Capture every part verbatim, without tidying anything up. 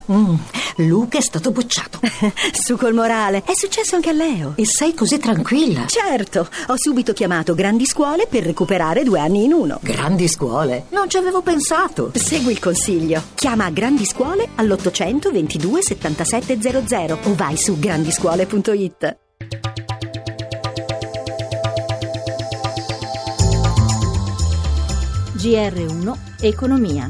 Mm, Luca è stato bocciato. Su col morale. È successo anche a Leo. E sei così tranquilla? Certo, ho subito chiamato Grandi Scuole per recuperare due anni in uno. Grandi Scuole? Non ci avevo pensato. Segui il consiglio. Chiama Grandi Scuole all'ottocento ventidue settantasette zero zero o vai su grandiscuole punto it. G R uno Economia.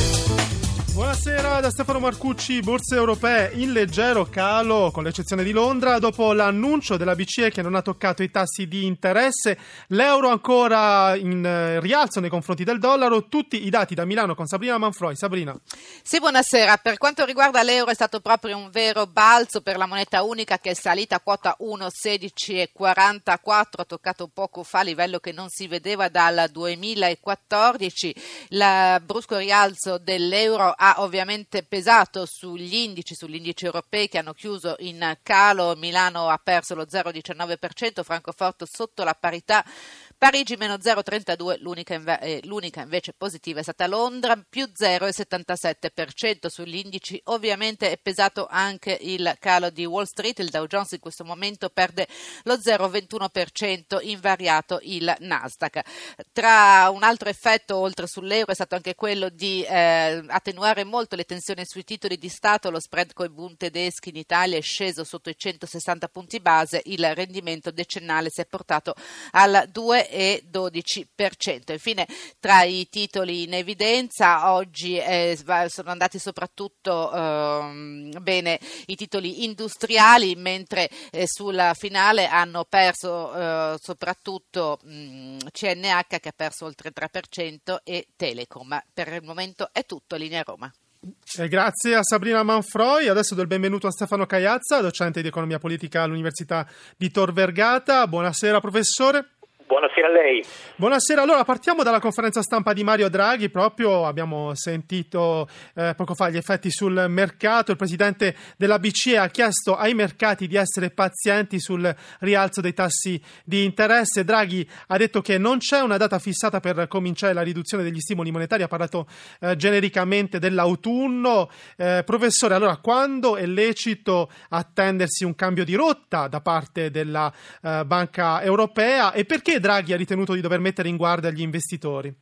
Buonasera da Stefano Marcucci. Borse europee in leggero calo, con l'eccezione di Londra, dopo l'annuncio della B C E che non ha toccato i tassi di interesse. L'euro ancora in rialzo nei confronti del dollaro. Tutti i dati da Milano con Sabrina Manfroi. Sabrina. Sì, buonasera. Per quanto riguarda l'euro è stato proprio un vero balzo per la moneta unica, che è salita a quota uno virgola sedici quarantaquattro, ha toccato poco fa livello che non si vedeva dal duemilaquattordici. Il brusco rialzo dell'euro ha ovviamente pesato sugli indici, sugli indici europei che hanno chiuso in calo. Milano ha perso lo zero virgola diciannove per cento, Francoforte sotto la parità, Parigi meno zero virgola trentadue, l'unica, inve- eh, l'unica invece positiva è stata Londra, più zero virgola settantasette per cento sugli indici. Ovviamente è pesato anche il calo di Wall Street, il Dow Jones in questo momento perde lo zero virgola ventuno per cento, invariato il Nasdaq. Tra un altro effetto oltre sull'euro è stato anche quello di eh, attenuare molto le tensioni sui titoli di Stato. Lo spread coi Bund tedeschi in Italia è sceso sotto i centosessanta punti base, il rendimento decennale si è portato al due virgola dodici per cento. Infine, tra i titoli in evidenza oggi eh, sono andati soprattutto eh, bene i titoli industriali, mentre eh, sulla finale hanno perso eh, soprattutto mh, C N H, che ha perso oltre il tre per cento, e Telecom. Per il momento è tutto. Linea Roma. Eh, grazie a Sabrina Manfroi. Adesso do il benvenuto a Stefano Caiazza, docente di economia politica all'Università di Tor Vergata. Buonasera professore. Buonasera a lei. Buonasera, allora partiamo dalla conferenza stampa di Mario Draghi. Proprio abbiamo sentito eh, poco fa gli effetti sul mercato. Il presidente della B C E ha chiesto ai mercati di essere pazienti sul rialzo dei tassi di interesse. Draghi ha detto che non c'è una data fissata per cominciare la riduzione degli stimoli monetari, ha parlato eh, genericamente dell'autunno. Eh, professore, allora quando è lecito attendersi un cambio di rotta da parte della eh, Banca Europea, e perché Draghi ha ritenuto di dover mettere in guardia gli investitori?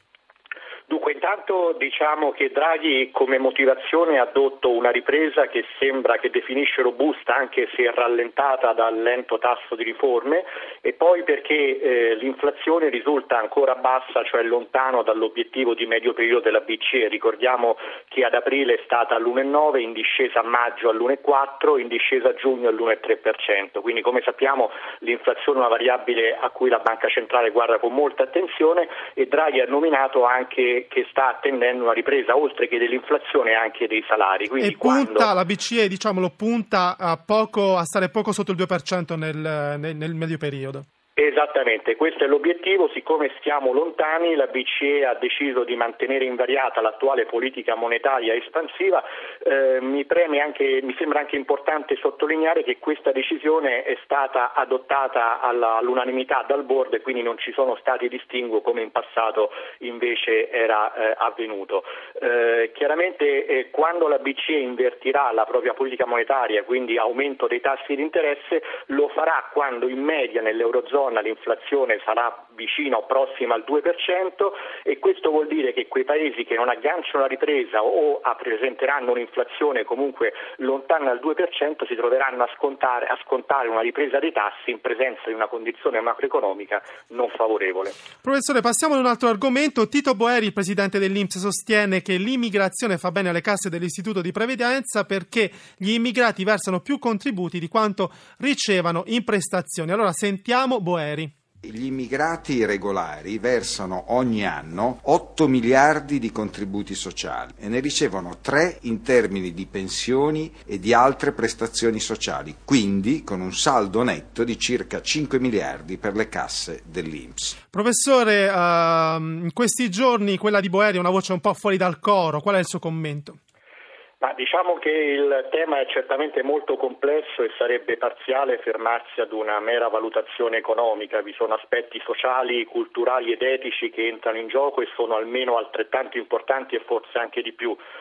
Dunque, intanto diciamo che Draghi come motivazione ha addotto una ripresa che sembra, che definisce robusta, anche se rallentata dal lento tasso di riforme, e poi perché eh, l'inflazione risulta ancora bassa, cioè lontano dall'obiettivo di medio periodo della B C E. Ricordiamo che ad aprile è stata all'uno virgola nove, in discesa a maggio all'uno virgola quattro, in discesa a giugno all'uno virgola tre per cento. Quindi, come sappiamo, l'inflazione è una variabile a cui la Banca Centrale guarda con molta attenzione, e Draghi ha nominato anche che sta attendendo una ripresa, oltre che dell'inflazione, anche dei salari. Quindi e punta, quando... la B C E, diciamolo, punta a, poco, a stare poco sotto il due per cento nel, nel, nel medio periodo. Esattamente, questo è l'obiettivo. Siccome stiamo lontani, la B C E ha deciso di mantenere invariata l'attuale politica monetaria espansiva. Eh, mi preme anche, mi sembra anche importante sottolineare che questa decisione è stata adottata alla, all'unanimità dal board, e quindi non ci sono stati distinguo come in passato invece era eh, avvenuto. Eh, chiaramente eh, quando la B C E invertirà la propria politica monetaria, quindi aumento dei tassi di interesse, lo farà quando in media nell'Eurozona l'inflazione sarà vicina o prossima al due per cento, e questo vuol dire che quei paesi che non agganciano la ripresa o presenteranno un'inflazione comunque lontana dal due per cento si troveranno a scontare, a scontare una ripresa dei tassi in presenza di una condizione macroeconomica non favorevole. Professore, passiamo ad un altro argomento. Tito Boeri, il presidente dell'I N P S, sostiene che l'immigrazione fa bene alle casse dell'Istituto di Previdenza perché gli immigrati versano più contributi di quanto ricevano in prestazioni. Allora sentiamo Boeri. Gli immigrati regolari versano ogni anno otto miliardi di contributi sociali e ne ricevono tre in termini di pensioni e di altre prestazioni sociali, quindi con un saldo netto di circa cinque miliardi per le casse dell'I N P S. Professore, uh, in questi giorni quella di Boeri è una voce un po' fuori dal coro. Qual è il suo commento? Ma diciamo che il tema è certamente molto complesso e sarebbe parziale fermarsi ad una mera valutazione economica. Vi sono aspetti sociali, culturali ed etici che entrano in gioco e sono almeno altrettanto importanti e forse anche di più.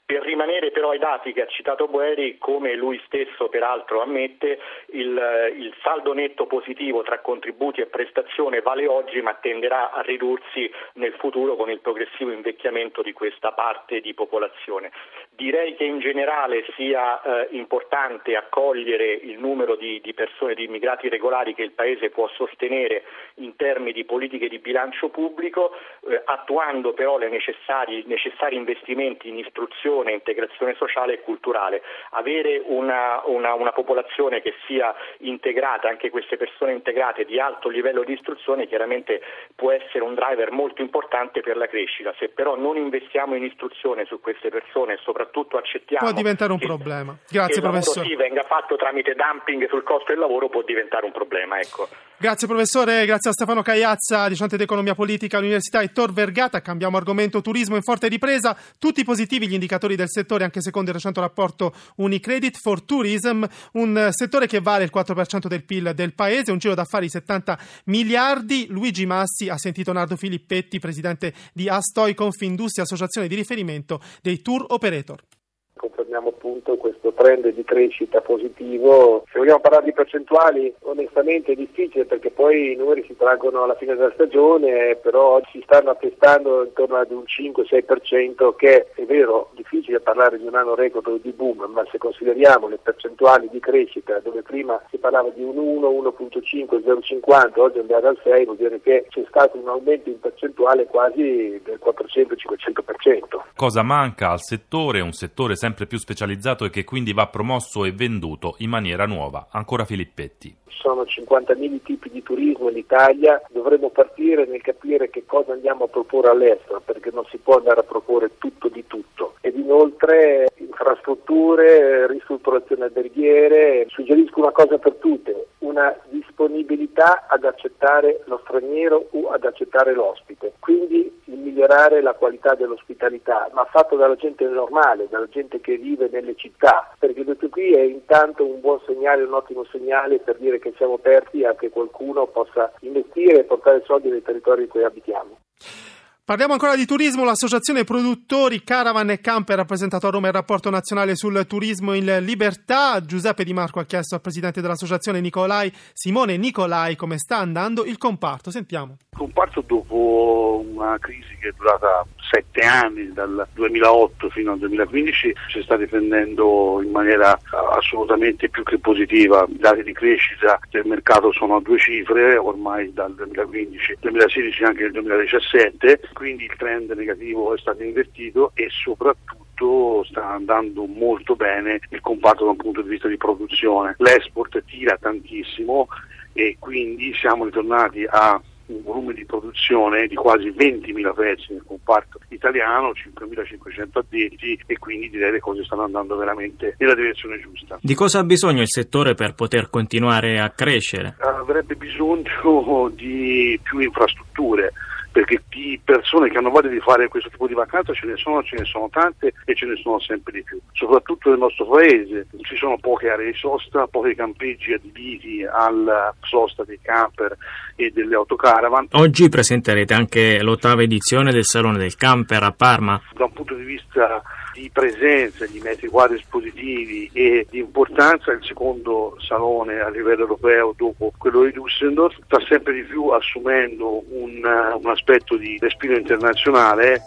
Per rimanere però ai dati che ha citato Boeri, come lui stesso peraltro ammette, il, il saldo netto positivo tra contributi e prestazione vale oggi, ma tenderà a ridursi nel futuro con il progressivo invecchiamento di questa parte di popolazione. Direi che in generale sia eh, importante accogliere il numero di, di persone, di immigrati regolari che il Paese può sostenere in termini di politiche di bilancio pubblico, eh, attuando però le necessari, necessari investimenti in istruzione, integrazione sociale e culturale. Avere una, una, una popolazione che sia integrata, anche queste persone integrate di alto livello di istruzione, chiaramente può essere un driver molto importante per la crescita. Se però non investiamo in istruzione su queste persone e soprattutto accettiamo può diventare un che, problema. Grazie che il professore. Sì, venga fatto tramite dumping sul costo del lavoro, può diventare un problema, ecco. Grazie professore, grazie a Stefano Cagliazza, docente di economia politica all'Università Tor Vergata. Cambiamo argomento: turismo in forte ripresa, tutti positivi gli indicatori del settore anche secondo il recente rapporto Unicredit for Tourism, un settore che vale il quattro per cento del P I L del paese, un giro d'affari di settanta miliardi. Luigi Massi ha sentito Nardo Filippetti, presidente di Astoi Confindustria, associazione di riferimento dei tour operator. Confermiamo appunto questo trend di crescita positivo. Se vogliamo parlare di percentuali, onestamente è difficile perché poi i numeri si traggono alla fine della stagione, però si stanno attestando intorno ad un cinque sei per cento, che è vero, difficile parlare di un anno record di boom, ma se consideriamo le percentuali di crescita, dove prima si parlava di un uno, uno virgola cinque, zero virgola cinquanta, oggi andiamo al sei, vuol dire che c'è stato un aumento in percentuale quasi del quattrocento cinquecento per cento. Cosa manca al settore? Un settore sempre più specializzato e che quindi va promosso e venduto in maniera nuova. Ancora Filippetti. Sono cinquantamila tipi di turismo in Italia, dovremmo partire nel capire che cosa andiamo a proporre all'estero, perché non si può andare a proporre tutto di tutto. Ed inoltre infrastrutture, ristrutturazione alberghiere. Suggerisco una cosa per tutte: una disponibilità ad accettare lo straniero o ad accettare l'ospite, quindi il migliorare la qualità dell'ospitalità, ma fatto dalla gente normale, dalla gente che vive nelle città, perché tutto qui è intanto un buon segnale, un ottimo segnale per dire che siamo aperti a che qualcuno possa investire e portare soldi nei territori in cui abitiamo. Parliamo ancora di turismo. L'associazione produttori Caravan e Camper ha presentato a Roma il rapporto nazionale sul turismo in libertà. Giuseppe Di Marco ha chiesto al presidente dell'associazione Nicolai, Simone Nicolai, come sta andando il comparto. Sentiamo. Il comparto, dopo una crisi che è durata sette anni, dal duemilaotto fino al duemilaquindici, si sta difendendo in maniera assolutamente più che positiva. I dati di crescita del mercato sono a due cifre ormai dal duemilaquindici, duemilasedici e anche nel duemiladiciassette, quindi il trend negativo è stato invertito e soprattutto sta andando molto bene il comparto da un punto di vista di produzione. L'export tira tantissimo e quindi siamo ritornati a un volume di produzione di quasi ventimila pezzi nel comparto italiano, cinquemilacinquecento addetti, e quindi direi le cose stanno andando veramente nella direzione giusta. Di cosa ha bisogno il settore per poter continuare a crescere? Avrebbe bisogno di più infrastrutture, perché di persone che hanno voglia di fare questo tipo di vacanza ce ne sono, ce ne sono tante e ce ne sono sempre di più. Soprattutto nel nostro paese ci sono poche aree di sosta, pochi campeggi adibiti alla sosta dei camper e delle autocaravan. Oggi presenterete anche l'ottava edizione del Salone del Camper a Parma. Da un punto di vista di presenza, di metri quadri espositivi e di importanza, il secondo salone a livello europeo dopo quello di Düsseldorf sta sempre di più assumendo un, un aspetto di respiro internazionale.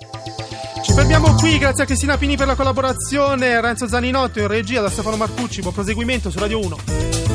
Ci fermiamo qui, grazie a Cristina Pini per la collaborazione, Renzo Zaninotto in regia, da Stefano Marcucci. Buon proseguimento su Radio uno.